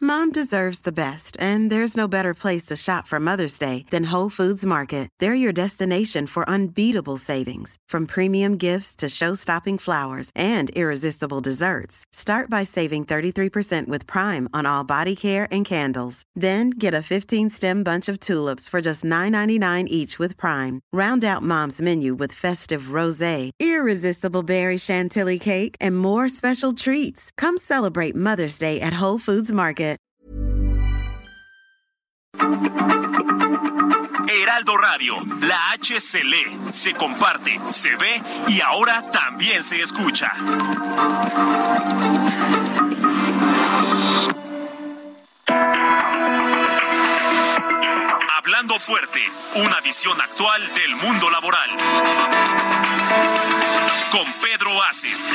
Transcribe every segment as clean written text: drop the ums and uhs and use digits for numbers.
Mom deserves the best, and there's no better place to shop for Mother's Day than Whole Foods Market. They're your destination for unbeatable savings, from premium gifts to show-stopping flowers and irresistible desserts. Start by saving 33% with Prime on all body care and candles. Then get a 15-stem bunch of tulips for just $9.99 each with Prime. Round out Mom's menu with festive rosé, irresistible berry chantilly cake, and more special treats. Come celebrate Mother's Day at Whole Foods Market. Heraldo Radio, la H se lee, se comparte, se ve y ahora también se escucha. Hablando fuerte, una visión actual del mundo laboral. Con Pedro Aces.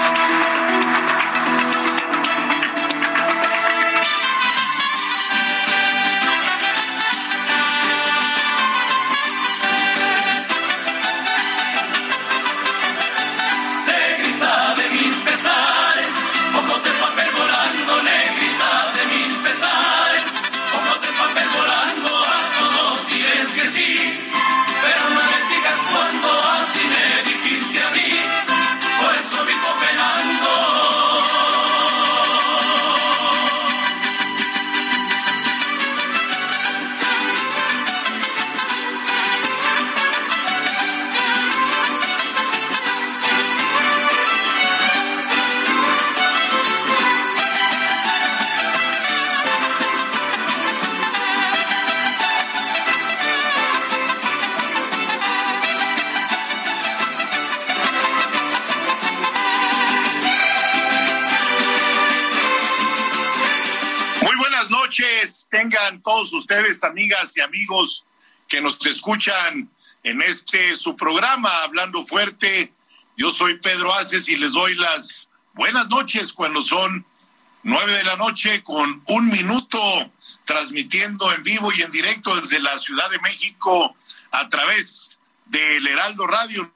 Tengan todos ustedes, amigas y amigos que nos escuchan en su programa Hablando Fuerte. Yo soy Pedro Aces y les doy las buenas noches cuando son 9 de la noche con 1 minuto, transmitiendo en vivo y en directo desde la Ciudad de México a través del Heraldo Radio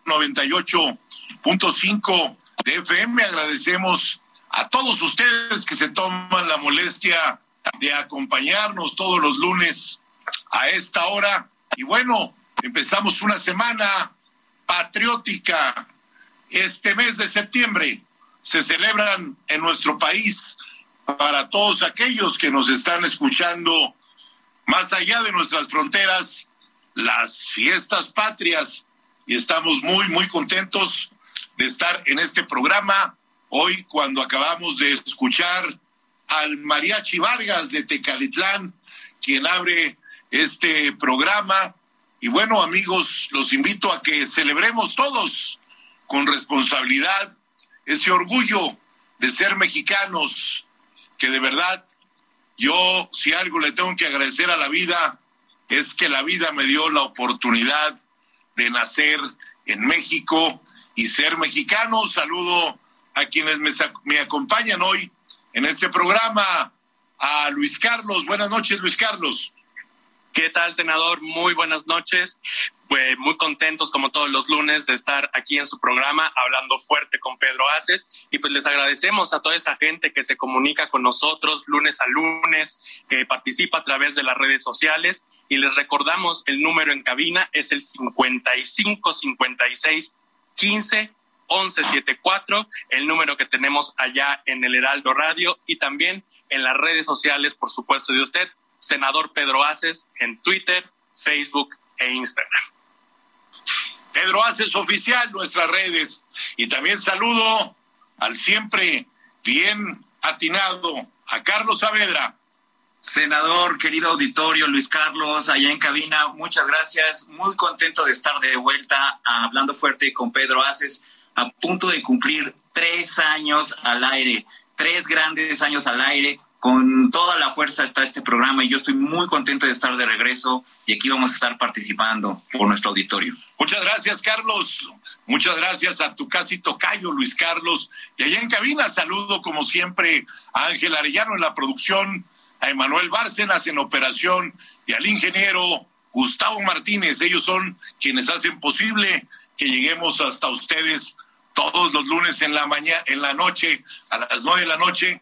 98.5 de FM. Agradecemos a todos ustedes que se toman la molestia de acompañarnos todos los lunes a esta hora. Y bueno, empezamos una semana patriótica. Este mes de septiembre se celebran en nuestro país, para todos aquellos que nos están escuchando más allá de nuestras fronteras, las fiestas patrias. Y estamos muy, muy contentos de estar en este programa. Hoy, cuando acabamos de escuchar al Mariachi Vargas de Tecalitlán, quien abre este programa. Y bueno, amigos, los invito a que celebremos todos con responsabilidad ese orgullo de ser mexicanos, que de verdad yo, si algo le tengo que agradecer a la vida, es que la vida me dio la oportunidad de nacer en México y ser mexicano. Saludo a quienes me acompañan hoy en este programa, a Luis Carlos. Buenas noches, Luis Carlos. ¿Qué tal, senador? Muy buenas noches. Pues muy contentos, como todos los lunes, de estar aquí en su programa Hablando Fuerte con Pedro Aces. Y pues les agradecemos a toda esa gente que se comunica con nosotros lunes a lunes, que participa a través de las redes sociales. Y les recordamos, el número en cabina es el 55 56 15 1174, el número que tenemos allá en el Heraldo Radio y también en las redes sociales, por supuesto, de usted, senador Pedro Aces, en Twitter, Facebook e Instagram. Pedro Aces Oficial, nuestras redes. Y también saludo al siempre bien atinado, a Carlos Saavedra. Senador, querido auditorio, Luis Carlos, allá en cabina, muchas gracias. Muy contento de estar de vuelta a Hablando Fuerte con Pedro Aces, a punto de cumplir 3 años al aire, 3 grandes años al aire. Con toda la fuerza está este programa y yo estoy muy contento de estar de regreso y aquí vamos a estar participando por nuestro auditorio. Muchas gracias, Carlos. Muchas gracias a tu casi tocayo, Luis Carlos. Y allá en cabina saludo, como siempre, a Ángel Arellano en la producción, a Emanuel Bárcenas en operación y al ingeniero Gustavo Martínez. Ellos son quienes hacen posible que lleguemos hasta ustedes todos los lunes en la noche, a las 9 de la noche.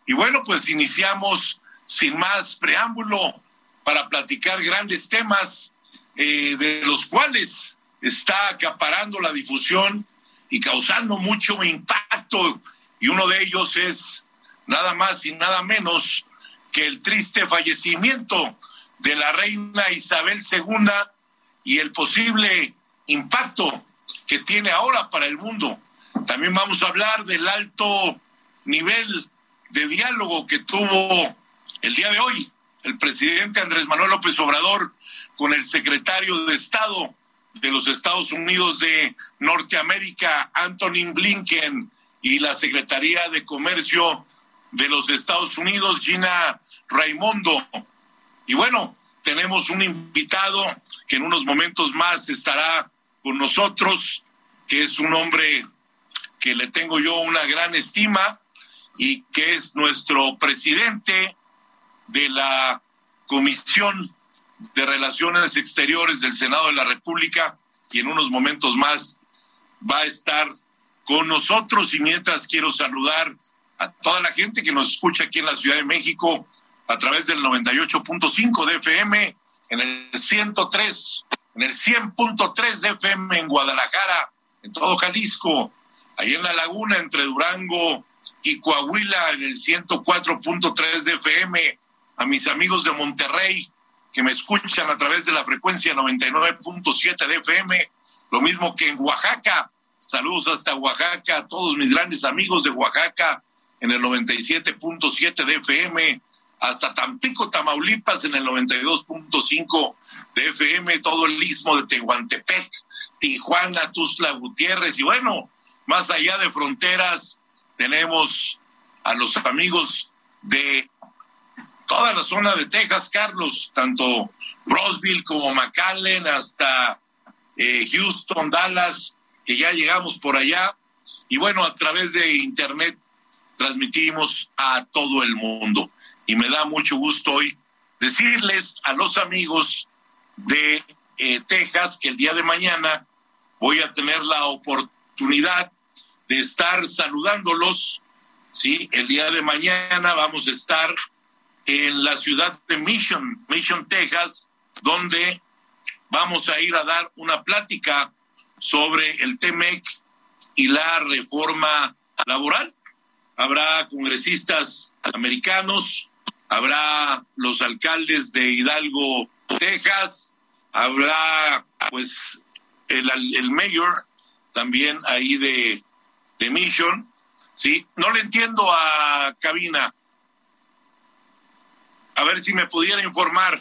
Y bueno, pues iniciamos sin más preámbulo para platicar grandes temas de los cuales está acaparando la difusión y causando mucho impacto. Y uno de ellos es nada más y nada menos que el triste fallecimiento de la reina Isabel II y el posible impacto que tiene ahora para el mundo. También vamos a hablar del alto nivel de diálogo que tuvo el día de hoy el presidente Andrés Manuel López Obrador con el secretario de Estado de los Estados Unidos de Norteamérica, Anthony Blinken, y la Secretaría de Comercio de los Estados Unidos, Gina Raimondo. Y bueno, tenemos un invitado que en unos momentos más estará con nosotros, que es un hombre que le tengo yo una gran estima y que es nuestro presidente de la Comisión de Relaciones Exteriores del Senado de la República, y en unos momentos más va a estar con nosotros. Y mientras quiero saludar a toda la gente que nos escucha aquí en la Ciudad de México a través del 98.5 de FM, en el 103, en el 100.3 de FM en Guadalajara, en todo Jalisco, ahí en La Laguna, entre Durango y Coahuila, en el 104.3 de FM, a mis amigos de Monterrey que me escuchan a través de la frecuencia 99.7 de FM, lo mismo que en Oaxaca. Saludos hasta Oaxaca, a todos mis grandes amigos de Oaxaca en el 97.7 de FM, hasta Tampico, Tamaulipas en el 92.5 de FM, todo el istmo de Tehuantepec, Tijuana, Tuxtla Gutiérrez, y bueno, más allá de fronteras tenemos a los amigos de toda la zona de Texas, Carlos, tanto Roseville como McAllen, hasta Houston, Dallas, que ya llegamos por allá. Y bueno, a través de internet transmitimos a todo el mundo. Y me da mucho gusto hoy decirles a los amigos de Texas que el día de mañana voy a tener la oportunidad de estar saludándolos, ¿sí? El día de mañana vamos a estar en la ciudad de Mission, Texas, donde vamos a ir a dar una plática sobre el TMEC y la reforma laboral. Habrá congresistas americanos, habrá los alcaldes de Hidalgo, Texas, habrá pues el mayor también ahí de Mission, ¿sí? No le entiendo a cabina. A ver si me pudiera informar.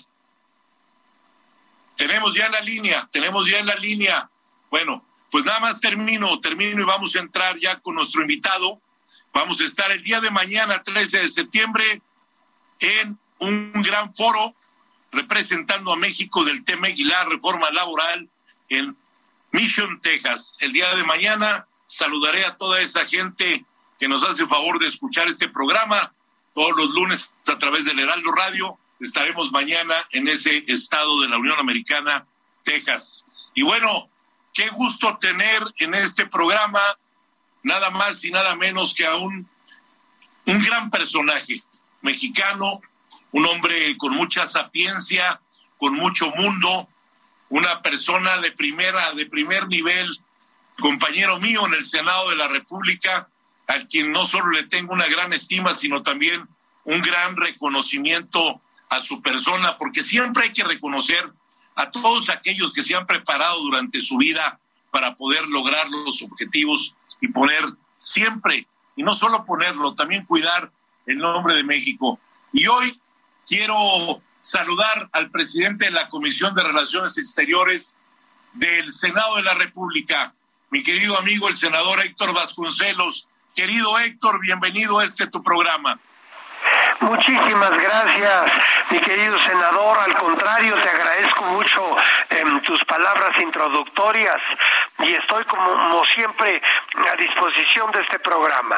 Tenemos ya en la línea. Bueno, pues nada más termino y vamos a entrar ya con nuestro invitado. Vamos a estar el día de mañana, 13 de septiembre, en un gran foro representando a México del TMEC y la reforma laboral en Mission, Texas. El día de mañana saludaré a toda esa gente que nos hace favor de escuchar este programa. Todos los lunes a través del Heraldo Radio. Estaremos mañana en ese estado de la Unión Americana, Texas. Y bueno, qué gusto tener en este programa nada más y nada menos que a un gran personaje mexicano, un hombre con mucha sapiencia, con mucho mundo, una persona de primer nivel, compañero mío en el Senado de la República, al quien no solo le tengo una gran estima, sino también un gran reconocimiento a su persona, porque siempre hay que reconocer a todos aquellos que se han preparado durante su vida para poder lograr los objetivos y poner siempre, y no solo ponerlo, también cuidar el nombre de México. Y hoy quiero saludar al presidente de la Comisión de Relaciones Exteriores del Senado de la República, mi querido amigo el senador Héctor Vasconcelos. Querido Héctor, bienvenido a tu programa. Muchísimas gracias, mi querido senador. Al contrario, te agradezco mucho tus palabras introductorias y estoy como siempre a disposición de este programa.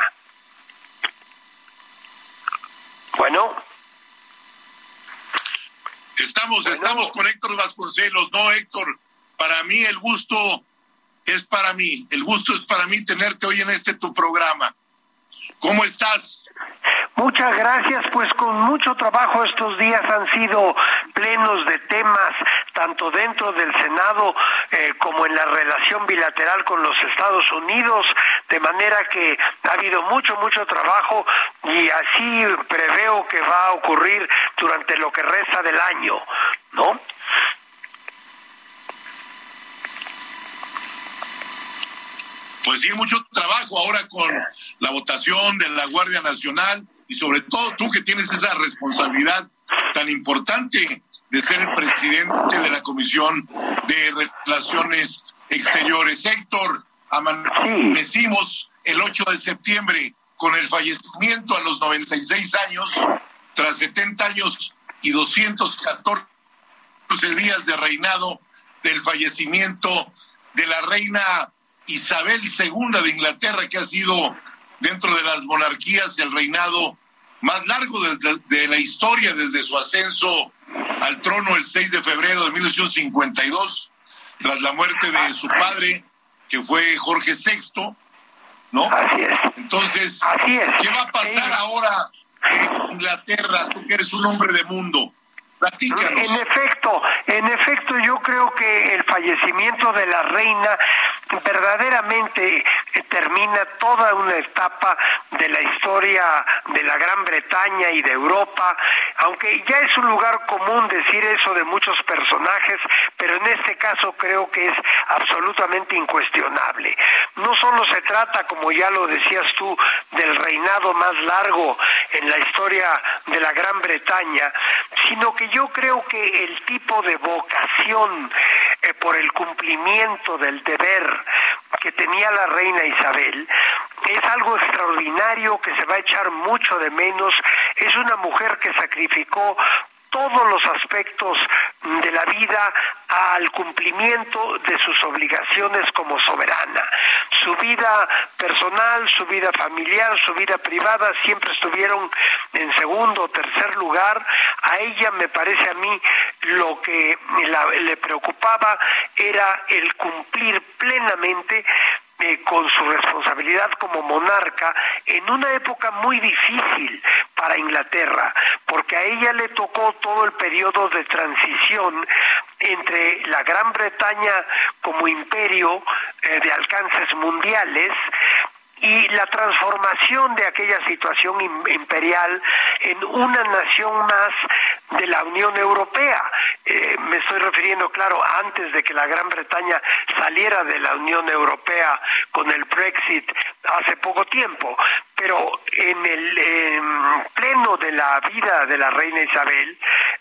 Bueno. Estamos con Héctor Vasconcelos. No, Héctor, para mí el gusto es para mí. El gusto es para mí tenerte hoy en tu programa. ¿Cómo estás? Muchas gracias, pues con mucho trabajo estos días han sido plenos de temas, tanto dentro del Senado como en la relación bilateral con los Estados Unidos, de manera que ha habido mucho trabajo y así preveo que va a ocurrir durante lo que resta del año, ¿no? Pues sí, mucho trabajo ahora con la votación de la Guardia Nacional y sobre todo tú que tienes esa responsabilidad tan importante de ser el presidente de la Comisión de Relaciones Exteriores. Héctor, amanecimos el 8 de septiembre con el fallecimiento a los 96 años, tras 70 años y 214 días de reinado, del fallecimiento de la reina Isabel II de Inglaterra, que ha sido dentro de las monarquías el reinado más largo de la historia, desde su ascenso al trono el 6 de febrero de 1852, tras la muerte de su padre, que fue Jorge VI, ¿no? Así es. Entonces, Así es. ¿qué va a pasar ahora en Inglaterra? Tú que eres un hombre de mundo. Platícanos. En efecto, yo creo que el fallecimiento de la reina verdaderamente termina toda una etapa de la historia de la Gran Bretaña y de Europa, aunque ya es un lugar común decir eso de muchos personajes, pero en este caso creo que es absolutamente incuestionable. No solo se trata, como ya lo decías tú, del reinado más largo en la historia de la Gran Bretaña, sino que yo creo que el tipo de vocación por el cumplimiento del deber que tenía la reina Isabel es algo extraordinario que se va a echar mucho de menos. Es una mujer que sacrificó todos los aspectos de la vida al cumplimiento de sus obligaciones como soberana. Su vida personal, su vida familiar, su vida privada siempre estuvieron en segundo o tercer lugar. A ella, me parece a mí, lo que le preocupaba era el cumplir plenamente con su responsabilidad como monarca en una época muy difícil para Inglaterra, porque a ella le tocó todo el periodo de transición entre la Gran Bretaña como imperio de alcances mundiales y la transformación de aquella situación imperial en una nación más de la Unión Europea. Me estoy refiriendo, claro, antes de que la Gran Bretaña saliera de la Unión Europea con el Brexit hace poco tiempo, pero en el pleno de la vida de la reina Isabel,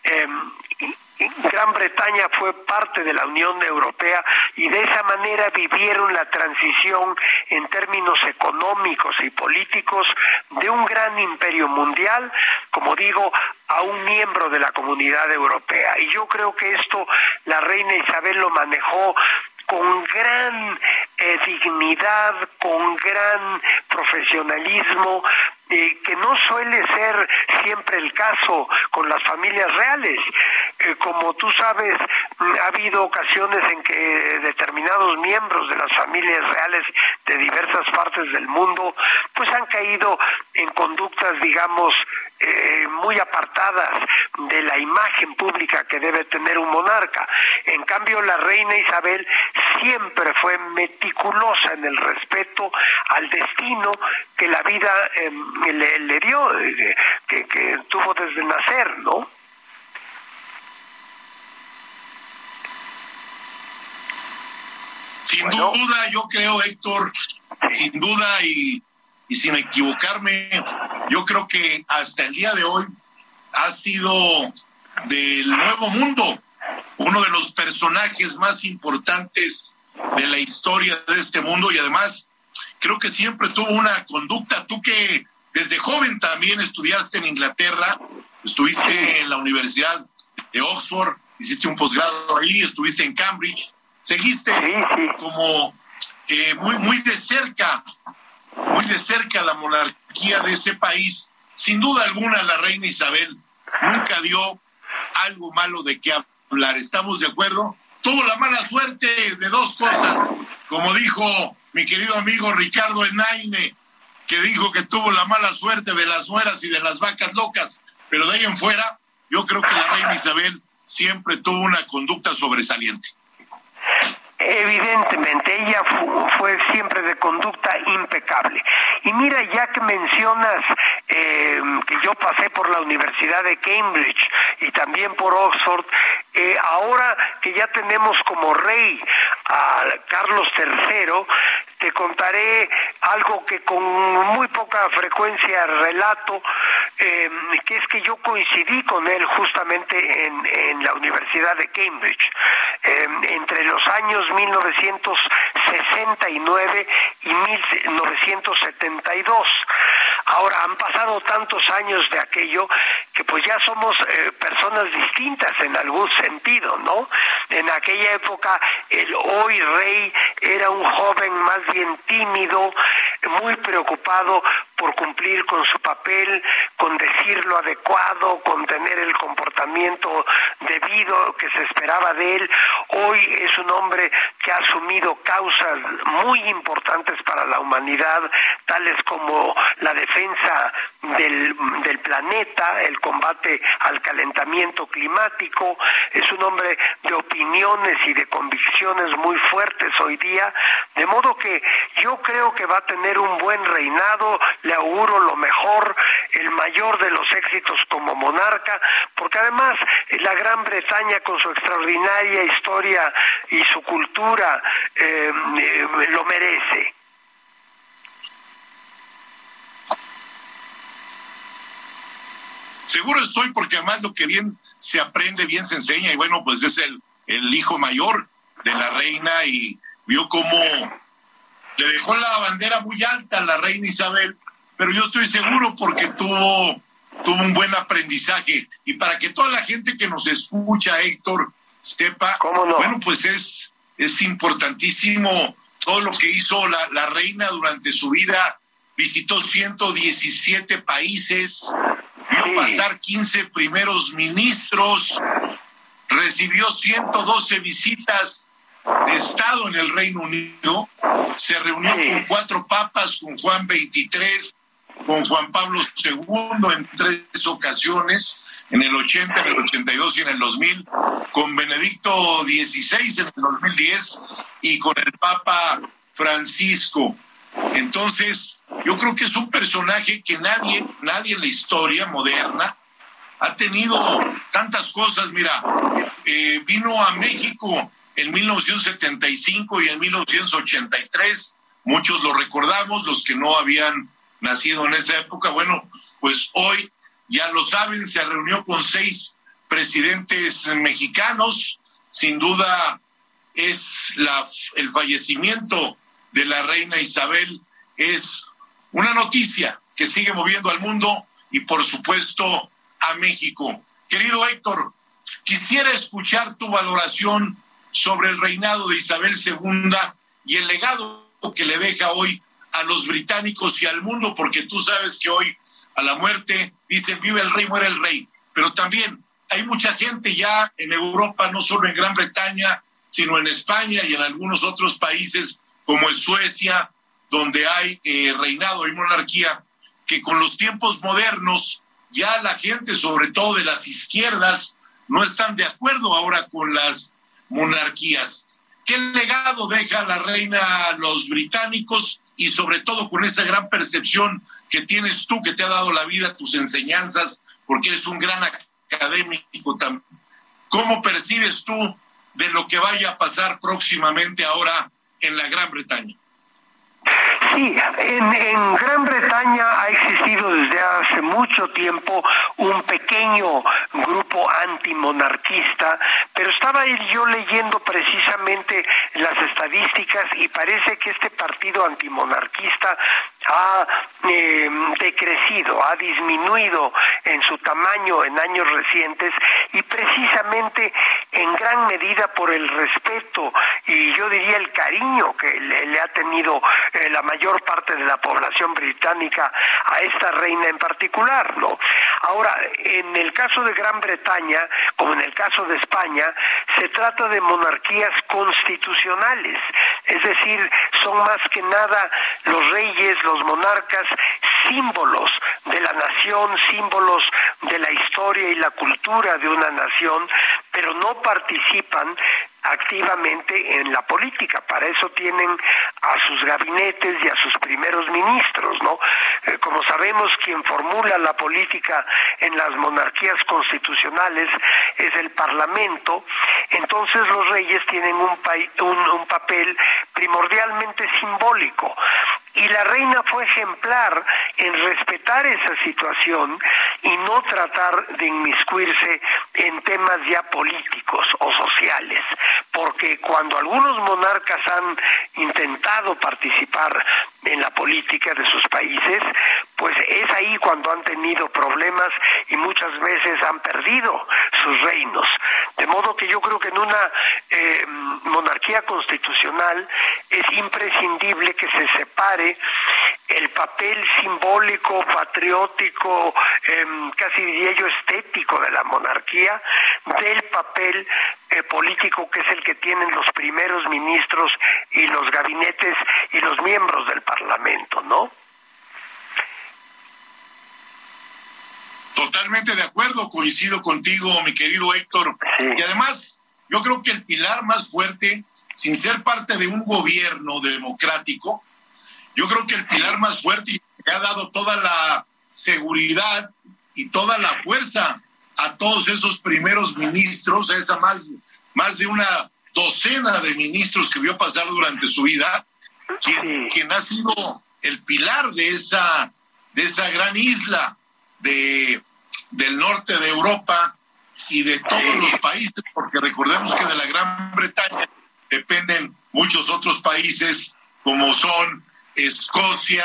Gran Bretaña fue parte de la Unión Europea y de esa manera vivieron la transición en términos económicos y políticos de un gran imperio mundial, como digo, a un miembro de la Comunidad Europea. Y yo creo que esto la reina Isabel lo manejó con gran dignidad, con gran profesionalismo, que no suele ser siempre el caso con las familias reales. Como tú sabes, ha habido ocasiones en que determinados miembros de las familias reales de diversas partes del mundo pues han caído en conductas, digamos, muy apartadas de la imagen pública que debe tener un monarca. En cambio, la reina Isabel siempre fue meticulosa en el respeto al destino que la vida le dio, que tuvo desde nacer, ¿no? Sin duda, yo creo, Héctor, sin duda y sin equivocarme, yo creo que hasta el día de hoy ha sido del Nuevo Mundo uno de los personajes más importantes de la historia de este mundo, y además creo que siempre tuvo una conducta. Tú que desde joven también estudiaste en Inglaterra, estuviste en la Universidad de Oxford, hiciste un posgrado ahí, estuviste en Cambridge, seguiste como muy de cerca la monarquía de ese país. Sin duda alguna, la reina Isabel nunca dio algo malo de qué hablar. ¿Estamos de acuerdo? Tuvo la mala suerte de dos cosas, como dijo mi querido amigo Ricardo Enaine, que dijo que tuvo la mala suerte de las nueras y de las vacas locas, pero de ahí en fuera, yo creo que la reina Isabel siempre tuvo una conducta sobresaliente. Evidentemente, ella fue siempre de conducta impecable. Y mira, ya que mencionas que yo pasé por la Universidad de Cambridge y también por Oxford, ahora que ya tenemos como rey a Carlos III, te contaré algo que con muy poca frecuencia relato, que es que yo coincidí con él justamente en la Universidad de Cambridge, entre los años 1969 y 1972. Ahora, han pasado tantos años de aquello que pues ya somos personas distintas en algún sentido, ¿no? En aquella época el hoy rey era un joven más bien tímido, muy preocupado por cumplir con su papel, con decir lo adecuado, con tener el comportamiento debido que se esperaba de él. Hoy es un hombre que ha asumido causas muy importantes para la humanidad, tales como la defensa del planeta, el combate al calentamiento climático. Es un hombre de opiniones y de convicciones muy fuertes hoy día, de modo que yo creo que va a tener un buen reinado. Le auguro lo mejor, el mayor de los éxitos como monarca, porque además la Gran Bretaña, con su extraordinaria historia y su cultura, lo merece. Seguro estoy, porque además lo que bien se aprende, bien se enseña, y bueno, pues es el hijo mayor de la reina, y vio cómo le dejó la bandera muy alta a la reina Isabel, pero yo estoy seguro porque tuvo un buen aprendizaje. Y para que toda la gente que nos escucha, Héctor, sepa, ¿cómo no? Bueno, pues es importantísimo todo lo que hizo la reina durante su vida. Visitó 117 países, vio pasar 15 primeros ministros, recibió 112 visitas de Estado en el Reino Unido, se reunió con 4 papas, con Juan XXIII, con Juan Pablo II en 3 ocasiones, en el 80, en el 82 y en el 2000, con Benedicto XVI en el 2010 y con el Papa Francisco. Entonces, yo creo que es un personaje que nadie en la historia moderna ha tenido tantas cosas. Mira, vino a México en 1975 y en 1983, muchos lo recordamos, los que no habían nacido en esa época. Bueno, pues hoy, ya lo saben, se reunió con 6 presidentes mexicanos. Sin duda es el fallecimiento de la reina Isabel, es una noticia que sigue moviendo al mundo y por supuesto a México. Querido Héctor, quisiera escuchar tu valoración sobre el reinado de Isabel II y el legado que le deja hoy a los británicos y al mundo, porque tú sabes que hoy a la muerte dicen vive el rey, muere el rey, pero también hay mucha gente ya en Europa, no solo en Gran Bretaña, sino en España y en algunos otros países como en Suecia, donde hay reinado y monarquía, que con los tiempos modernos ya la gente, sobre todo de las izquierdas, no están de acuerdo ahora con las monarquías. ¿Qué legado deja la reina a los británicos y sobre todo con esa gran percepción que tienes tú, que te ha dado la vida, tus enseñanzas, porque eres un gran académico también? ¿Cómo percibes tú de lo que vaya a pasar próximamente ahora en la Gran Bretaña? Sí, en Gran Bretaña ha existido desde hace mucho tiempo un pequeño grupo antimonarquista, pero estaba yo leyendo precisamente las estadísticas y parece que este partido antimonarquista ha decrecido, ha disminuido en su tamaño en años recientes, y precisamente en gran medida por el respeto y yo diría el cariño que le ha tenido la mayor parte de la población británica a esta reina en particular, ¿no? Ahora, en el caso de Gran Bretaña, como en el caso de España, se trata de monarquías constitucionales, Es decir, son más que nada los reyes, los monarcas, símbolos de la nación, símbolos de la historia y la cultura de una nación, pero no participan activamente en la política. Para eso tienen a sus gabinetes y a sus primeros ministros, ¿no? Como sabemos, quien formula la política en las monarquías constitucionales es el Parlamento. Entonces los reyes tienen un papel primordialmente simbólico. Y la reina fue ejemplar en respetar esa situación y no tratar de inmiscuirse en temas ya políticos o sociales, porque cuando algunos monarcas han intentado participar en la política de sus países, pues es ahí cuando han tenido problemas y muchas veces han perdido sus reinos. De modo que yo creo que en una monarquía constitucional es imprescindible que se separe el papel simbólico, patriótico, casi diría yo estético de la monarquía, del papel político que es el que tienen los primeros ministros y los gabinetes y los miembros del Parlamento, ¿no? Totalmente de acuerdo, coincido contigo, mi querido Héctor. Sí. Y además, yo creo que el pilar más fuerte, sin ser parte de un gobierno democrático, yo creo que el pilar más fuerte que ha dado toda la seguridad y toda la fuerza a todos esos primeros ministros, a esa más de una docena de ministros que vio pasar durante su vida, quien ha sido el pilar de esa gran isla del norte de Europa y de todos los países, porque recordemos que de la Gran Bretaña dependen muchos otros países como son Escocia,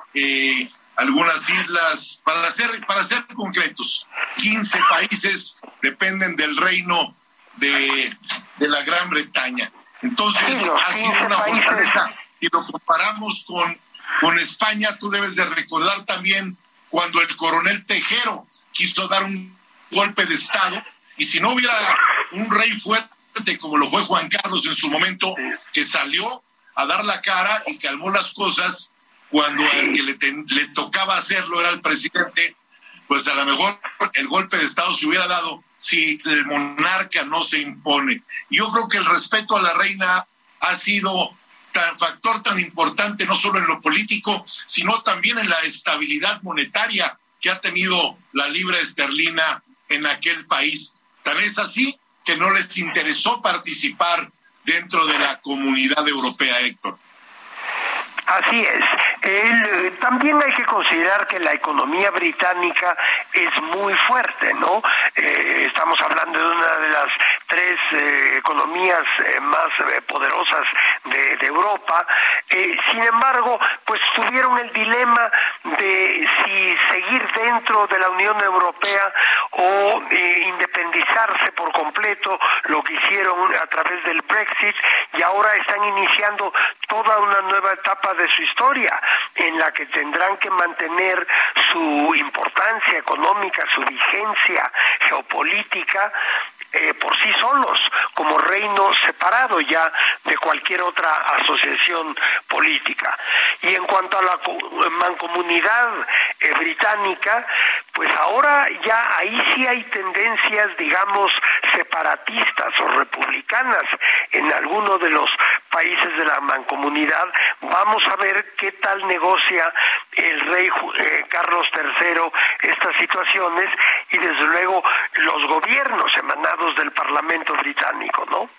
algunas islas, para ser concretos, 15 países dependen del reino de la Gran Bretaña. Entonces, ha sido una fortaleza. Si lo comparamos con España, tú debes de recordar también cuando el coronel Tejero quiso dar un golpe de Estado, y si no hubiera un rey fuerte como lo fue Juan Carlos en su momento, que salió a dar la cara y calmó las cosas cuando el que le tocaba hacerlo era el presidente, pues a lo mejor el golpe de Estado se hubiera dado si el monarca no se impone. Yo creo que el respeto a la reina ha sido factor tan importante, no solo en lo político, sino también en la estabilidad monetaria que ha tenido la libra esterlina en aquel país. Tan es así que no les interesó participar dentro de la Comunidad Europea, Héctor. Así es. También hay que considerar que la economía británica es muy fuerte, ¿no? Estamos hablando de una de las tres economías más poderosas de Europa. Sin embargo, pues tuvieron el dilema de si seguir dentro de la Unión Europea o independizarse por completo, lo que hicieron a través del Brexit, y ahora están iniciando toda una nueva etapa de su historia, en la que tendrán que mantener su importancia económica, su vigencia geopolítica por sí solos, como reino separado ya de cualquier otra asociación política. Y en cuanto a la mancomunidad británica, pues ahora ya ahí sí hay tendencias, digamos, separatistas o republicanas en alguno de los países de la mancomunidad. Vamos a ver qué tal negocia el rey Carlos III estas situaciones, y desde luego los gobiernos emanados del Parlamento británico, ¿no?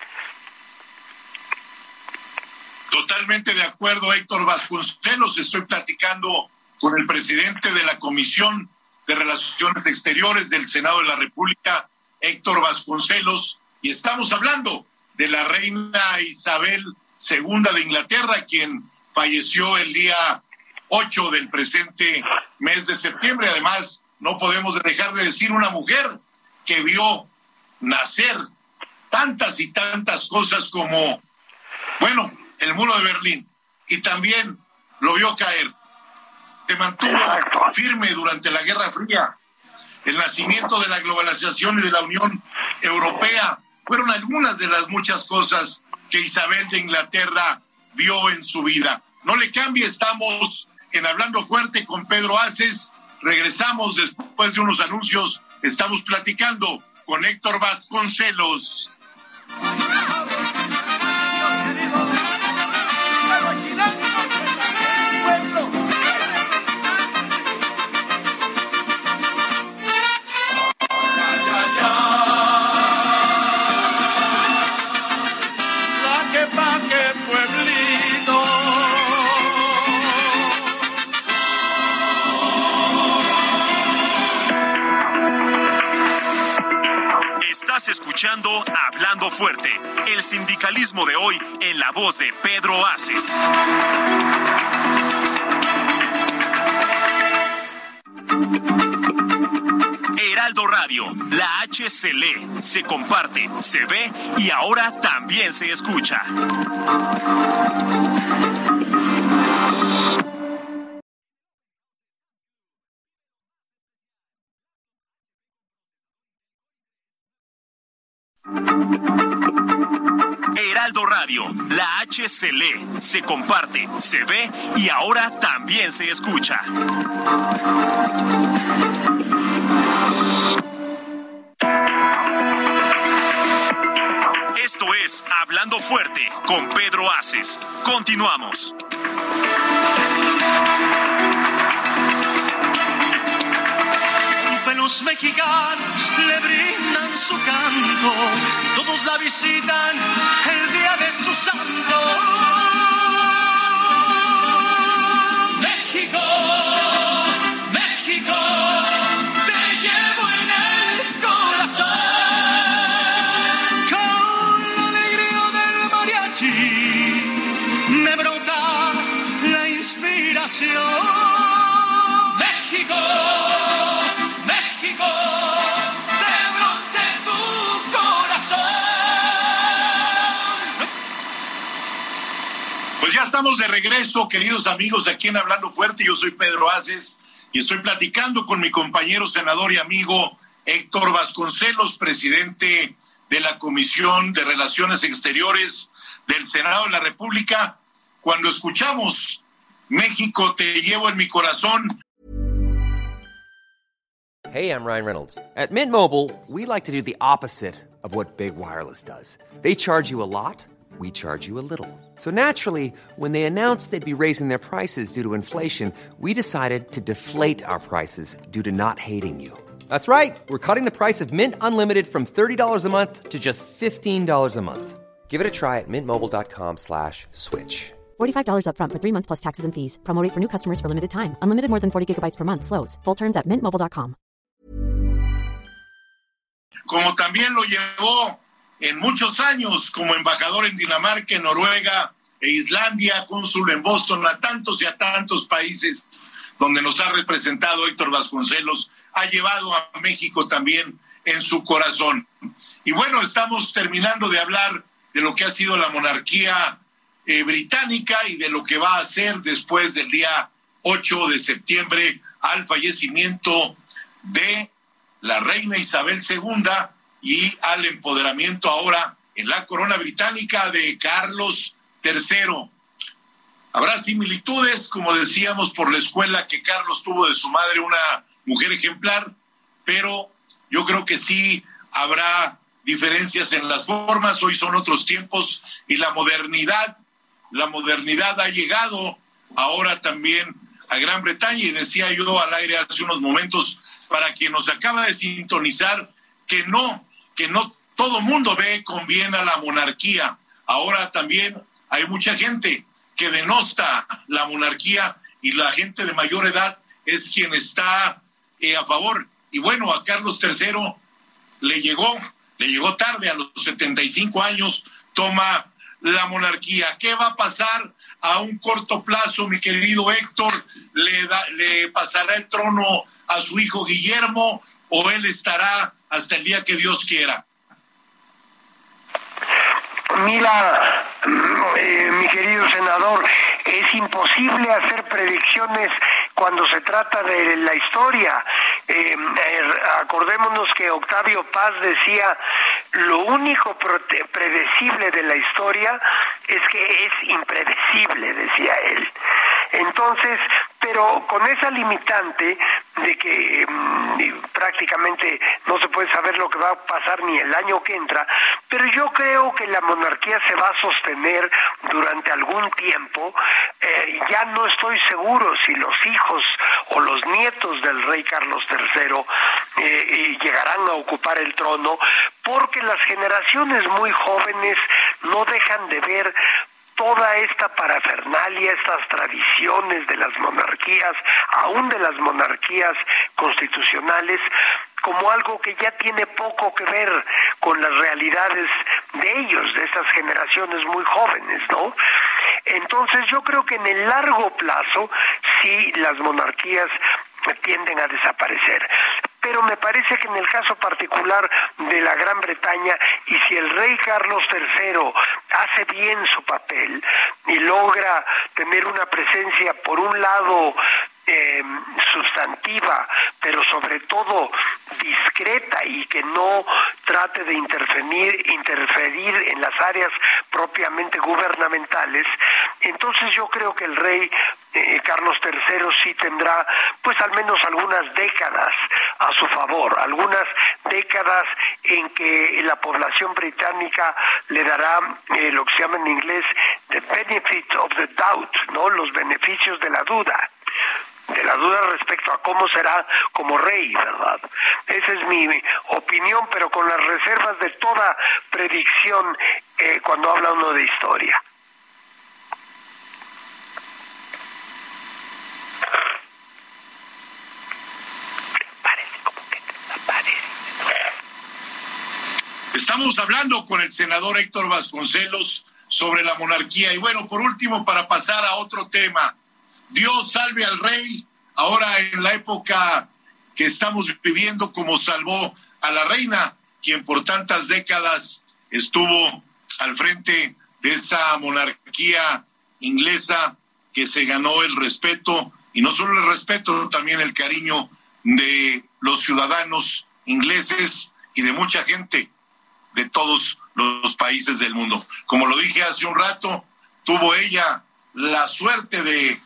Totalmente de acuerdo, Héctor Vasconcelos. Estoy platicando con el presidente de la Comisión de Relaciones Exteriores del Senado de la República, Héctor Vasconcelos, y estamos hablando de la reina Isabel II de Inglaterra, quien falleció el día 8 del presente mes de septiembre. Además, no podemos dejar de decir una mujer que vio nacer tantas y tantas cosas como, bueno, el muro de Berlín, y también lo vio caer. Se mantuvo firme durante la Guerra Fría. El nacimiento de la globalización y de la Unión Europea fueron algunas de las muchas cosas que Isabel de Inglaterra vio en su vida. No le cambie, estamos en Hablando Fuerte con Pedro Aces. Regresamos después de unos anuncios. Estamos platicando con Héctor Vasconcelos. Estás escuchando Hablando Fuerte, el sindicalismo de hoy en la voz de Pedro Aces. Heraldo Radio, la H se lee, se comparte, se ve y ahora también se escucha. Heraldo Radio, la H se lee, se comparte, se ve y ahora también se escucha. Esto es Hablando Fuerte con Pedro Aces. Continuamos. Los mexicanos le brindan su canto y todos la visitan el día de su santo. México, México, te llevo en el corazón. Con la alegría del mariachi me brota la inspiración. México, México, de bronce tu corazón. Pues ya estamos de regreso, queridos amigos, aquí en Hablando Fuerte. Yo soy Pedro Aces y estoy platicando con mi compañero senador y amigo Héctor Vasconcelos, presidente de la Comisión de Relaciones Exteriores del Senado de la República. Cuando escuchamos México, te llevo en mi corazón. Hey, I'm Ryan Reynolds. At Mint Mobile, we like to do the opposite of what Big Wireless does. They charge you a lot, we charge you a little. So naturally, when they announced they'd be raising their prices due to inflation, we decided to deflate our prices due to not hating you. That's right. We're cutting the price of Mint Unlimited from $30 a month to just $15 a month. Give it a try at mintmobile.com/switch. $45 up front for 3 months plus taxes and fees. Promo rate for new customers for limited time. Unlimited more than 40 gigabytes per month. Slows full terms at mintmobile.com. Como también lo llevó en muchos años como embajador en Dinamarca, en Noruega e Islandia, cónsul en Boston, a tantos y a tantos países donde nos ha representado Héctor Vasconcelos, ha llevado a México también en su corazón. Y bueno, estamos terminando de hablar de lo que ha sido la monarquía británica y de lo que va a hacer después del día 8 de septiembre al fallecimiento de la reina Isabel II y al empoderamiento ahora en la corona británica de Carlos III. Habrá similitudes, como decíamos, por la escuela que Carlos tuvo de su madre, una mujer ejemplar, pero yo creo que sí habrá diferencias en las formas. Hoy son otros tiempos y la modernidad ha llegado ahora también a Gran Bretaña. Y decía yo al aire hace unos momentos, para quien nos acaba de sintonizar, que no todo mundo ve con bien a la monarquía. Ahora también hay mucha gente que denosta la monarquía y la gente de mayor edad es quien está a favor. Y bueno, a Carlos III le llegó tarde, a los 75 años toma la monarquía. ¿Qué va a pasar a un corto plazo, mi querido Héctor? ¿Le pasará el trono a su hijo Guillermo o él estará hasta el día que Dios quiera? Mira, mi querido senador, es imposible hacer predicciones cuando se trata de la historia. Acordémonos que Octavio Paz decía: lo único predecible de la historia es que es impredecible, decía él. Entonces, pero con esa limitante de que prácticamente no se puede saber lo que va a pasar ni el año que entra, pero yo creo que la monarquía se va a sostener durante algún tiempo. Ya no estoy seguro si los hijos o los nietos del rey Carlos III llegarán a ocupar el trono, porque las generaciones muy jóvenes no dejan de ver toda esta parafernalia, estas tradiciones de las monarquías, aún de las monarquías constitucionales, como algo que ya tiene poco que ver con las realidades de ellos, de estas generaciones muy jóvenes, ¿no? Entonces yo creo que en el largo plazo sí las monarquías tienden a desaparecer. Pero me parece que en el caso particular de la Gran Bretaña, y si el rey Carlos III hace bien su papel y logra tener una presencia, por un lado, sustantiva, pero sobre todo discreta, y que no trate de interferir en las áreas propiamente gubernamentales, entonces yo creo que el rey Carlos III sí tendrá pues al menos algunas décadas a su favor, algunas décadas en que la población británica le dará lo que se llama en inglés the benefit of the doubt, ¿no? Los beneficios de la duda respecto a cómo será como rey, ¿verdad? Esa es mi opinión, pero con las reservas de toda predicción cuando habla uno de historia. Estamos hablando con el senador Héctor Vasconcelos sobre la monarquía. Y bueno, por último, para pasar a otro tema, Dios salve al rey, ahora en la época que estamos viviendo, como salvó a la reina, quien por tantas décadas estuvo al frente de esa monarquía inglesa que se ganó el respeto, y no solo el respeto, también el cariño de los ciudadanos ingleses y de mucha gente de todos los países del mundo. Como lo dije hace un rato, tuvo ella la suerte de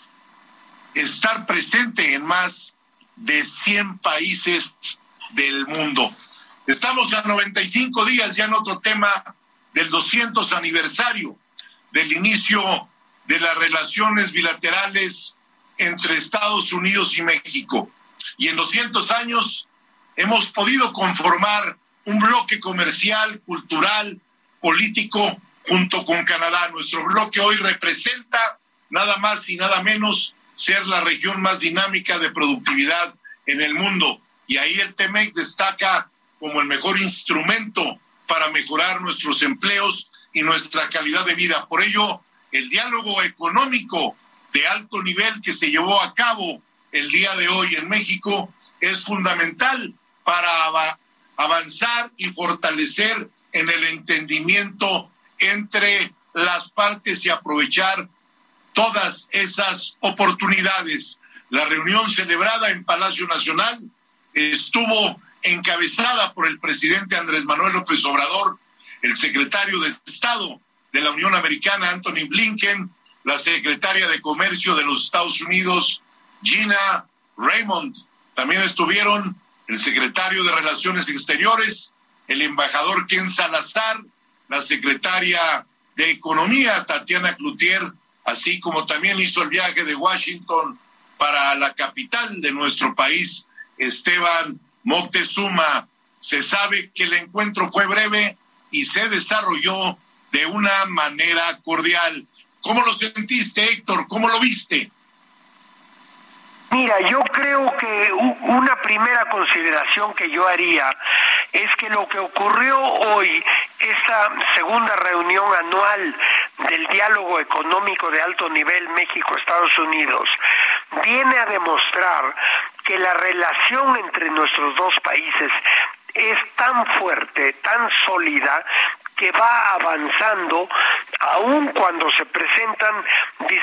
estar presente en más de 100 países del mundo. Estamos a 95 días ya en otro tema del 200 aniversario del inicio de las relaciones bilaterales entre Estados Unidos y México. Y en 200 años hemos podido conformar un bloque comercial, cultural, político, junto con Canadá. Nuestro bloque hoy representa nada más y nada menos ser la región más dinámica de productividad en el mundo. Y ahí el TEMEC destaca como el mejor instrumento para mejorar nuestros empleos y nuestra calidad de vida. Por ello, el diálogo económico de alto nivel que se llevó a cabo el día de hoy en México es fundamental para avanzar y fortalecer en el entendimiento entre las partes y aprovechar todas esas oportunidades. La reunión celebrada en Palacio Nacional estuvo encabezada por el presidente Andrés Manuel López Obrador, el secretario de Estado de la Unión Americana, Anthony Blinken, la secretaria de Comercio de los Estados Unidos, Gina Raymond. También estuvieron el secretario de Relaciones Exteriores, el embajador Ken Salazar, la secretaria de Economía, Tatiana Cloutier, así como también hizo el viaje de Washington para la capital de nuestro país, Esteban Moctezuma. Se sabe que el encuentro fue breve y se desarrolló de una manera cordial. ¿Cómo lo sentiste, Héctor? ¿Cómo lo viste? Mira, yo creo que una primera consideración que yo haría es que lo que ocurrió hoy, esta segunda reunión anual del diálogo económico de alto nivel México-Estados Unidos, viene a demostrar que la relación entre nuestros dos países es tan fuerte, tan sólida, que va avanzando aun cuando se presentan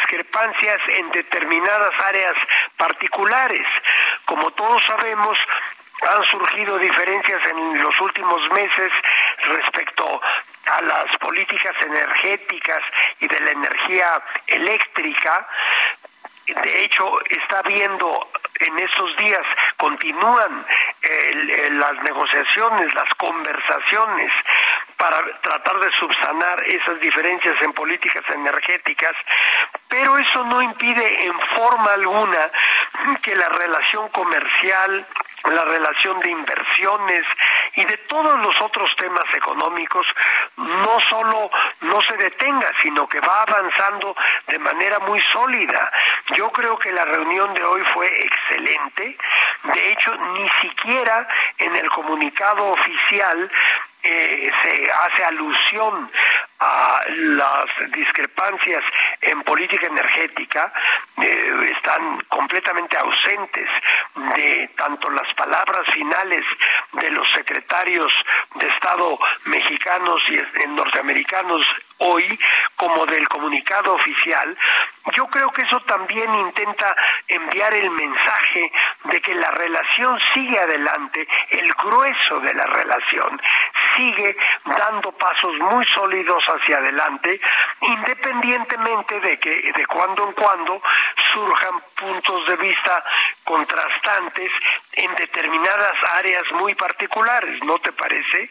discrepancias en determinadas áreas particulares. Como todos sabemos, Han surgido diferencias en los últimos meses respecto a las políticas energéticas y de la energía eléctrica. De hecho, está habiendo en estos días, continúan las negociaciones, las conversaciones para tratar de subsanar esas diferencias en políticas energéticas, pero eso no impide en forma alguna que la relación comercial, la relación de inversiones y de todos los otros temas económicos no solo no se detenga, sino que va avanzando de manera muy sólida. Yo creo que la reunión de hoy fue excelente. De hecho, ni siquiera en el comunicado oficial se hace alusión a las discrepancias en política energética. Están completamente ausentes de tanto las palabras finales de los secretarios de Estado mexicanos y norteamericanos hoy, como del comunicado oficial. Yo creo que eso también intenta enviar el mensaje de que la relación sigue adelante, el grueso de la relación sigue dando pasos muy sólidos hacia adelante, independientemente de que de cuando en cuando surjan puntos de vista contrastantes en determinadas áreas muy particulares, ¿no te parece?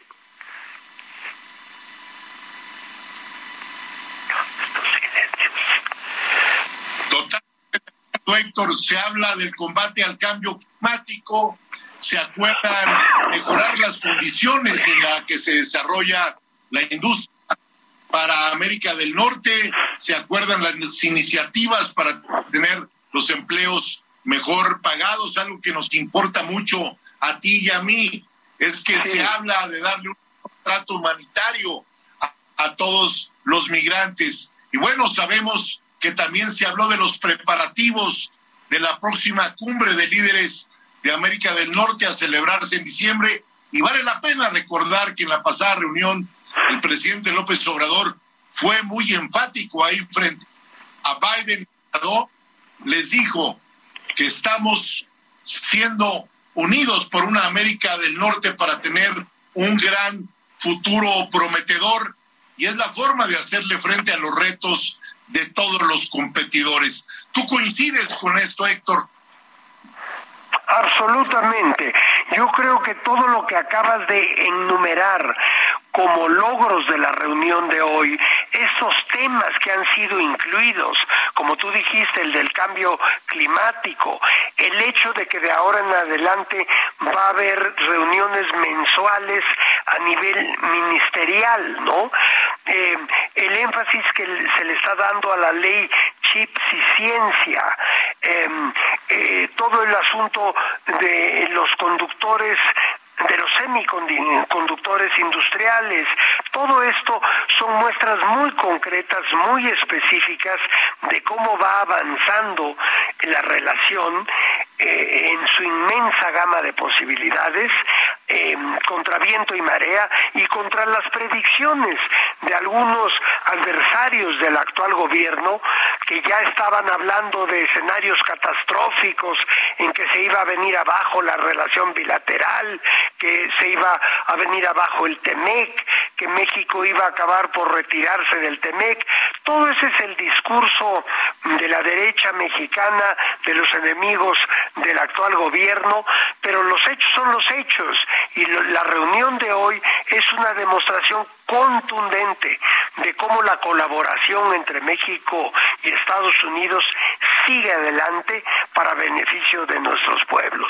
Totalmente, Héctor, se habla del combate al cambio climático, se acuerdan mejorar las condiciones en las que se desarrolla la industria para América del Norte, se acuerdan las iniciativas para tener los empleos mejor pagados, algo que nos importa mucho a ti y a mí, es que se habla de darle un trato humanitario a todos los migrantes. Y bueno, sabemos que también se habló de los preparativos de la próxima cumbre de líderes de América del Norte a celebrarse en diciembre, y vale la pena recordar que en la pasada reunión el presidente López Obrador fue muy enfático ahí frente a Biden, les dijo que estamos siendo unidos por una América del Norte para tener un gran futuro prometedor, y es la forma de hacerle frente a los retos de todos los competidores. ¿Tú coincides con esto, Héctor? Absolutamente. Yo creo que todo lo que acabas de enumerar como logros de la reunión de hoy, esos temas que han sido incluidos, como tú dijiste, el del cambio climático, el hecho de que de ahora en adelante va a haber reuniones mensuales a nivel ministerial, ¿no? El énfasis que se le está dando a la ley Chips y Ciencia, todo el asunto de los conductores, de los semiconductores industriales, todo esto son muestras muy concretas, muy específicas de cómo va avanzando la relación en su inmensa gama de posibilidades, contra viento y marea y contra las predicciones de algunos adversarios del actual gobierno que ya estaban hablando de escenarios catastróficos en que se iba a venir abajo la relación bilateral, que se iba a venir abajo el TEMEC, que México iba a acabar por retirarse del TEMEC. Todo ese es el discurso de la derecha mexicana, de los enemigos del actual gobierno, pero los hechos son los hechos, y la reunión de hoy es una demostración contundente de cómo la colaboración entre México y Estados Unidos sigue adelante para beneficio de nuestros pueblos.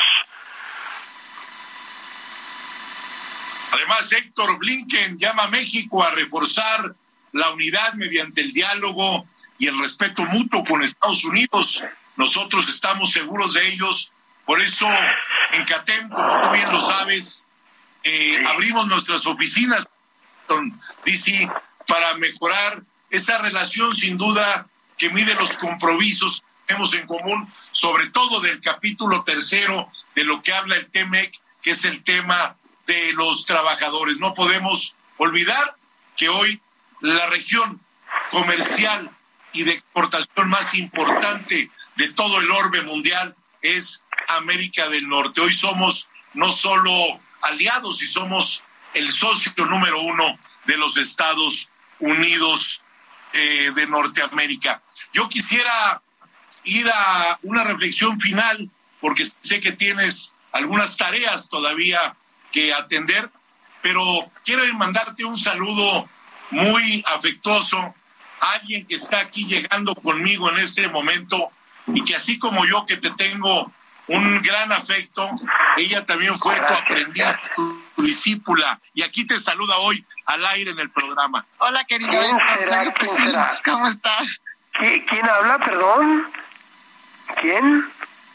Además, Héctor, Blinken llama a México a reforzar la unidad mediante el diálogo y el respeto mutuo con Estados Unidos. Nosotros estamos seguros de ellos. Por eso, en CATEM, como tú bien lo sabes, abrimos nuestras oficinas en DC para mejorar esta relación, sin duda, que mide los compromisos que tenemos en común, sobre todo del capítulo 3 de lo que habla el TEMEC, que es el tema de los trabajadores. No podemos olvidar que hoy la región comercial y de exportación más importante de todo el orbe mundial es América del Norte. Hoy somos no solo aliados, y somos el socio número 1 de los Estados Unidos de Norteamérica. Yo quisiera ir a una reflexión final, porque sé que tienes algunas tareas todavía que atender, pero quiero mandarte un saludo muy afectuoso a alguien que está aquí llegando conmigo en este momento y que así como yo, que te tengo un gran afecto, ella también fue tu aprendiz, tu discípula, y aquí te saluda hoy al aire en el programa. Hola, querido Héctor, ¿cómo estás? ¿Quién habla, perdón? ¿Quién?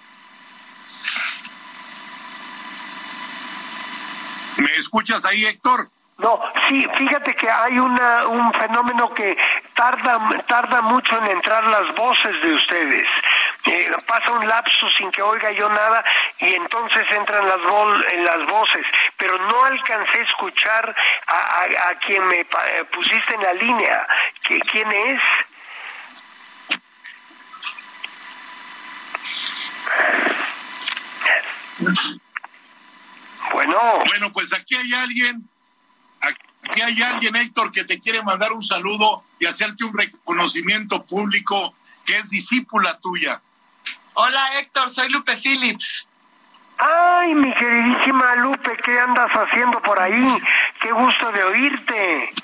¿Me escuchas ahí, Héctor? No, sí, fíjate que hay un fenómeno que tarda mucho en entrar las voces de ustedes. Pasa un lapso sin que oiga yo nada y entonces entran las voces, pero no alcancé a escuchar a quien me pusiste en la línea. ¿Quién es? Bueno, pues aquí hay alguien, Héctor, que te quiere mandar un saludo y hacerte un reconocimiento público, que es discípula tuya. Hola, Héctor, soy Lupe Phillips. Ay, mi queridísima Lupe, ¿qué andas haciendo por ahí? Qué gusto de oírte.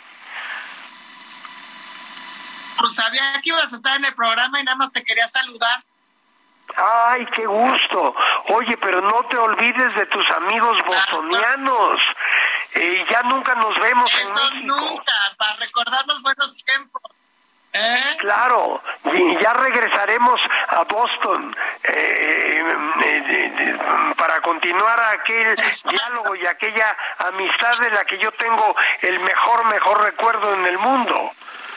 Pues sabía que ibas a estar en el programa y nada más te quería saludar. Ay, qué gusto. Oye, pero no te olvides de tus amigos bostonianos. Ya nunca nos vemos en México. Eso nunca, para recordar los buenos tiempos. Claro, y ya regresaremos a Boston para continuar aquel diálogo y aquella amistad de la que yo tengo el mejor recuerdo en el mundo.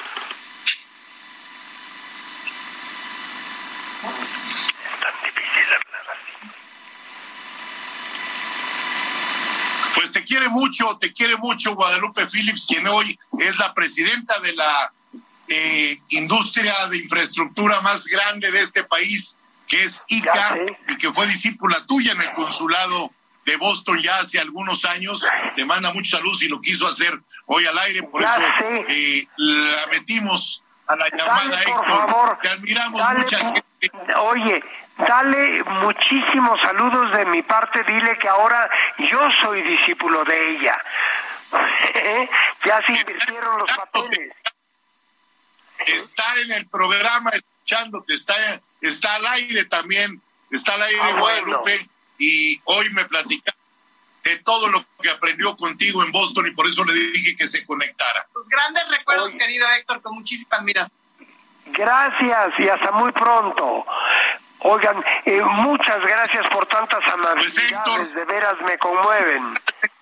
Pues te quiere mucho Guadalupe Phillips, quien hoy es la presidenta de la industria de infraestructura más grande de este país, que es ICA, y que fue discípula tuya en el consulado de Boston ya hace algunos años. Te manda muchos saludos y lo quiso hacer hoy al aire, por eso la metimos a la llamada. Dale, Héctor, por favor. te admiramos, Dale, mucha gente. Oye, dale muchísimos saludos de mi parte, dile que ahora yo soy discípulo de ella. Ya se invirtieron los papeles. Está en el programa escuchándote, está al aire también, está al aire Guadalupe, y hoy me platica de todo lo que aprendió contigo en Boston y por eso le dije que se conectara. Tus grandes recuerdos, querido Héctor, con muchísima admiración. Gracias y hasta muy pronto. Oigan, muchas gracias por tantas amabilidades, pues, Héctor, de veras me conmueven.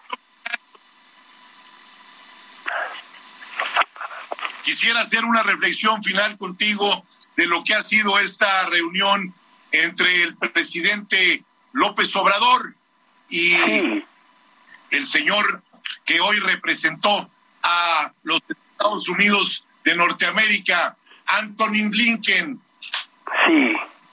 Quisiera hacer una reflexión final contigo de lo que ha sido esta reunión entre el presidente López Obrador y el señor que hoy representó a los Estados Unidos de Norteamérica, Anthony Blinken. Sí.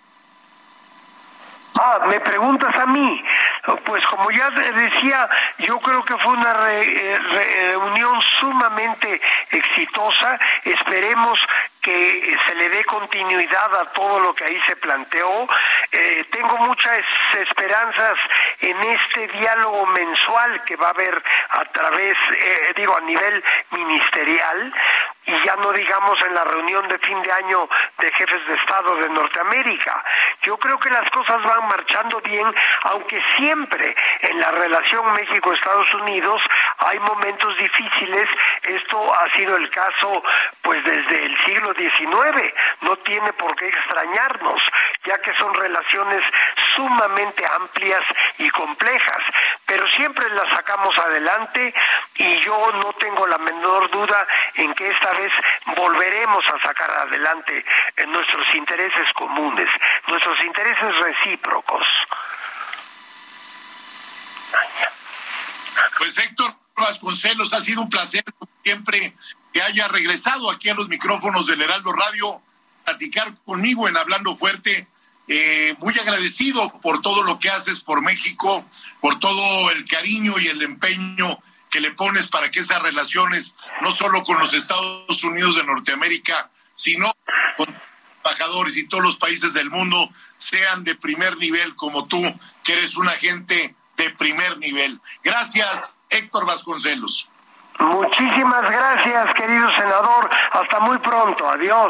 ¿Me preguntas a mí? Pues como ya decía, yo creo que fue una reunión sumamente exitosa. Esperemos que se le dé continuidad a todo lo que ahí se planteó. Tengo muchas esperanzas en este diálogo mensual que va a haber a través, a nivel ministerial, y ya no digamos en la reunión de fin de año de jefes de Estado de Norteamérica. Yo creo que las cosas van marchando bien, aunque siempre en la relación México-Estados Unidos hay momentos difíciles. Esto ha sido el caso pues desde el siglo XIX, no tiene por qué extrañarnos, ya que son relaciones sumamente amplias y complejas, pero siempre las sacamos adelante y yo no tengo la menor duda en que esta vez volveremos a sacar adelante en nuestros intereses comunes, nuestros intereses recíprocos. Pues Héctor Vasconcelos, ha sido un placer siempre que haya regresado aquí a los micrófonos del Heraldo Radio, platicar conmigo en Hablando Fuerte. muy agradecido por todo lo que haces por México, por todo el cariño y el empeño que le pones para que esas relaciones, no solo con los Estados Unidos de Norteamérica, sino con embajadores y todos los países del mundo, sean de primer nivel como tú, que eres un agente de primer nivel. Gracias, Héctor Vasconcelos. Muchísimas gracias, querido senador. Hasta muy pronto. Adiós.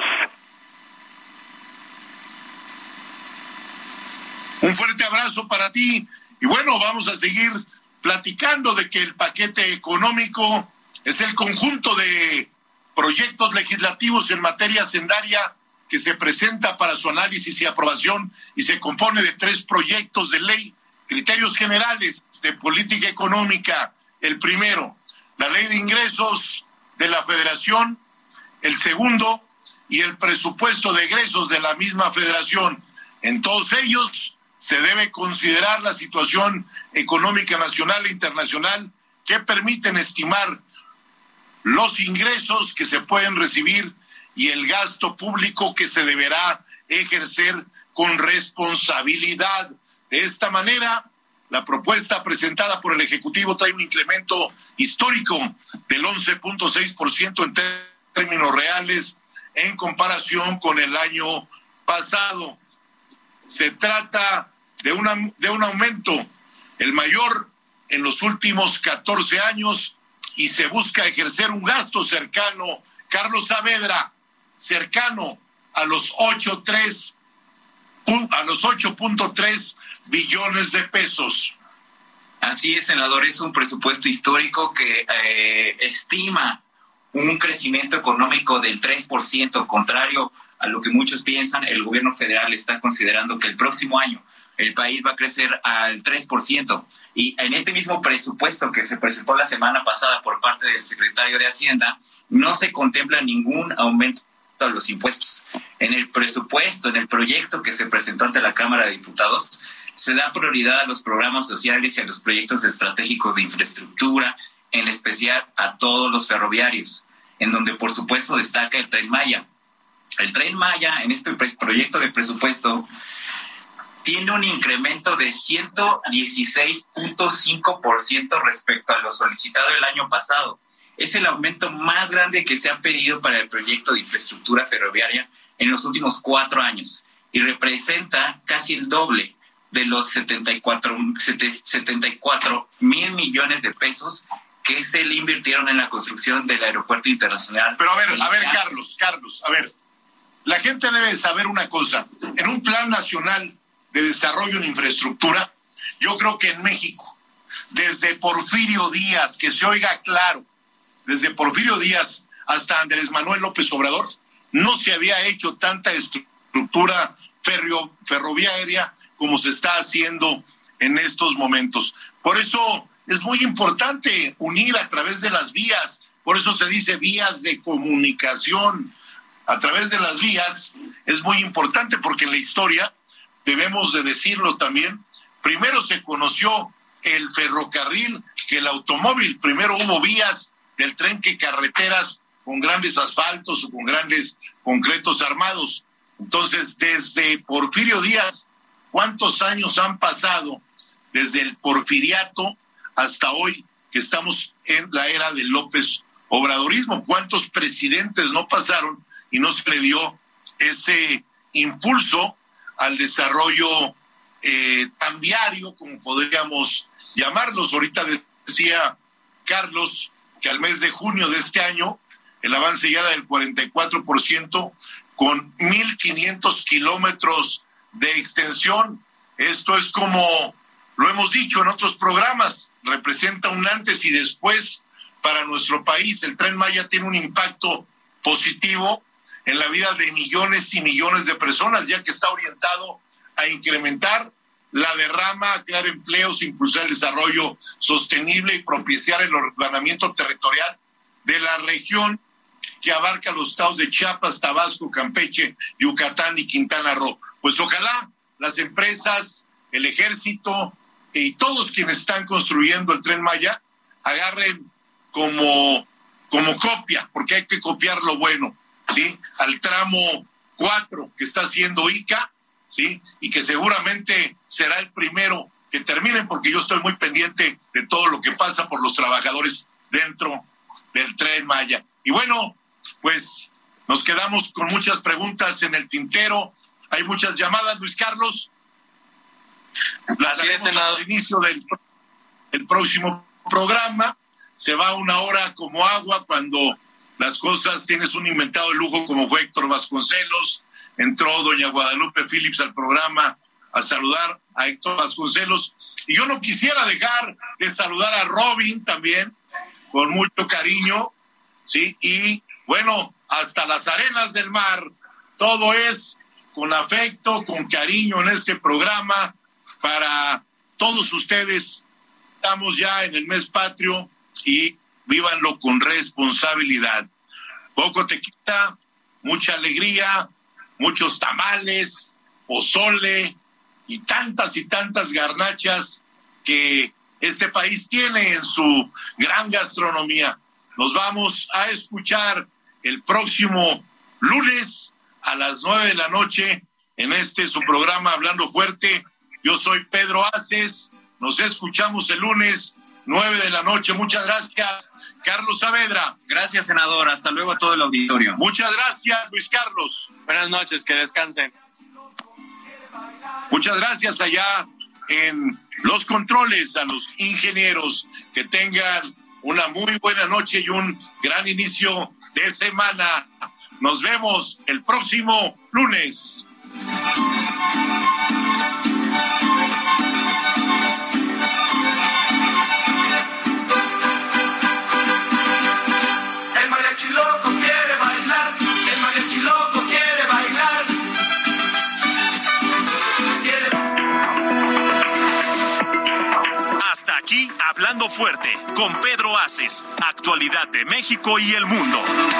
Un fuerte abrazo para ti. Y bueno, vamos a seguir platicando de que el paquete económico es el conjunto de proyectos legislativos en materia hacendaria que se presenta para su análisis y aprobación y se compone de 3 proyectos de ley, criterios generales de política económica. El primero, la ley de ingresos de la Federación, el segundo, y el presupuesto de egresos de la misma Federación. En todos ellos se debe considerar la situación económica nacional e internacional que permiten estimar los ingresos que se pueden recibir y el gasto público que se deberá ejercer con responsabilidad. De esta manera, la propuesta presentada por el Ejecutivo trae un incremento histórico del 11.6% en términos reales en comparación con el año pasado. Se trata de un aumento, el mayor en los últimos 14 años, y se busca ejercer un gasto cercano, Carlos Saavedra, cercano a los 8.3 billones de pesos. Así es, senador, es un presupuesto histórico que estima un crecimiento económico del 3%, contrario a lo que muchos piensan. El gobierno federal está considerando que el próximo año el país va a crecer al 3%. Y en este mismo presupuesto que se presentó la semana pasada por parte del secretario de Hacienda, no se contempla ningún aumento a los impuestos. En el presupuesto, en el proyecto que se presentó ante la Cámara de Diputados, se da prioridad a los programas sociales y a los proyectos estratégicos de infraestructura, en especial a todos los ferroviarios, en donde por supuesto destaca el Tren Maya. El Tren Maya en este proyecto de presupuesto tiene un incremento de 116.5% respecto a lo solicitado el año pasado. Es el aumento más grande que se ha pedido para el proyecto de infraestructura ferroviaria en los últimos 4 años y representa casi el doble de los 74 mil millones de pesos que se le invirtieron en la construcción del aeropuerto internacional. Pero a ver, Carlos, a ver, la gente debe saber una cosa. En un plan nacional de desarrollo en infraestructura, yo creo que en México, desde Porfirio Díaz, que se oiga claro, desde Porfirio Díaz hasta Andrés Manuel López Obrador, no se había hecho tanta estructura ferroviaria como se está haciendo en estos momentos. Por eso es muy importante unir a través de las vías, por eso se dice vías de comunicación. A través de las vías es muy importante porque en la historia, debemos de decirlo también, primero se conoció el ferrocarril que el automóvil. Primero hubo vías del tren que carreteras con grandes asfaltos o con grandes concretos armados. Entonces, desde Porfirio Díaz, ¿cuántos años han pasado desde el porfiriato hasta hoy que estamos en la era del López Obradorismo? ¿Cuántos presidentes no pasaron y no se le dio ese impulso al desarrollo tranviario, como podríamos llamarlos? Ahorita decía Carlos que al mes de junio de este año el avance ya era del 44%, con 1,500 kilómetros de extensión. Esto es, como lo hemos dicho en otros programas, representa un antes y después para nuestro país. El Tren Maya tiene un impacto positivo en la vida de millones y millones de personas, ya que está orientado a incrementar la derrama, a crear empleos, impulsar el desarrollo sostenible y propiciar el ordenamiento territorial de la región que abarca los estados de Chiapas, Tabasco, Campeche, Yucatán y Quintana Roo. Pues ojalá las empresas, el ejército y todos quienes están construyendo el Tren Maya agarren como copia, porque hay que copiar lo bueno, ¿sí? Al tramo 4 que está haciendo ICA, ¿sí? Y que seguramente será el primero que termine, porque yo estoy muy pendiente de todo lo que pasa por los trabajadores dentro del Tren Maya. Y bueno, pues nos quedamos con muchas preguntas en el tintero. Hay muchas llamadas, Luis Carlos. Las haremos al inicio del próximo programa. Se va una hora como agua cuando las cosas, tienes un inventado de lujo como fue Héctor Vasconcelos. Entró doña Guadalupe Phillips al programa a saludar a Héctor Vasconcelos. Y yo no quisiera dejar de saludar a Robin también, con mucho cariño, ¿sí? Y bueno, hasta las arenas del mar, todo es con afecto, con cariño en este programa para todos ustedes. Estamos ya en el mes patrio y vívanlo con responsabilidad. Poco tequila, mucha alegría, muchos tamales, pozole y tantas garnachas que este país tiene en su gran gastronomía. Nos vamos a escuchar el próximo lunes a las 9 de la noche en su programa Hablando Fuerte. Yo soy Pedro Aces. Nos escuchamos el lunes 9 de la noche. Muchas gracias, Carlos Saavedra. Gracias, senador. Hasta luego a todo el auditorio. Muchas gracias, Luis Carlos. Buenas noches, que descansen. Muchas gracias allá en los controles a los ingenieros. Que tengan una muy buena noche y un gran inicio de semana. Nos vemos el próximo lunes. El mariachi loco quiere bailar, el mariachi loco quiere bailar. Hasta aquí Hablando Fuerte con Pedro Aces. Actualidad de México y el mundo.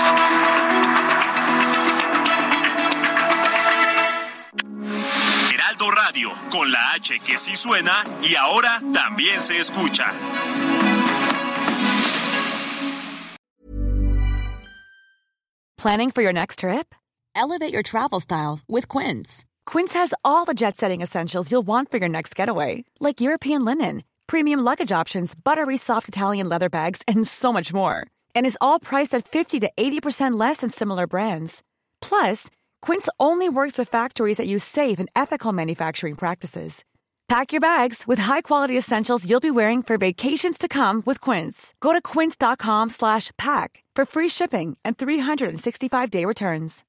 Heraldo Radio, con la H que sí suena y ahora también se escucha. Planning for your next trip? Elevate your travel style with Quince. Quince has all the jet-setting essentials you'll want for your next getaway, like European linen, premium luggage options, buttery soft Italian leather bags, and so much more. And is all priced at 50 to 80% less than similar brands. Plus, Quince only works with factories that use safe and ethical manufacturing practices. Pack your bags with high-quality essentials you'll be wearing for vacations to come with Quince. Go to quince.com/pack for free shipping and 365-day returns.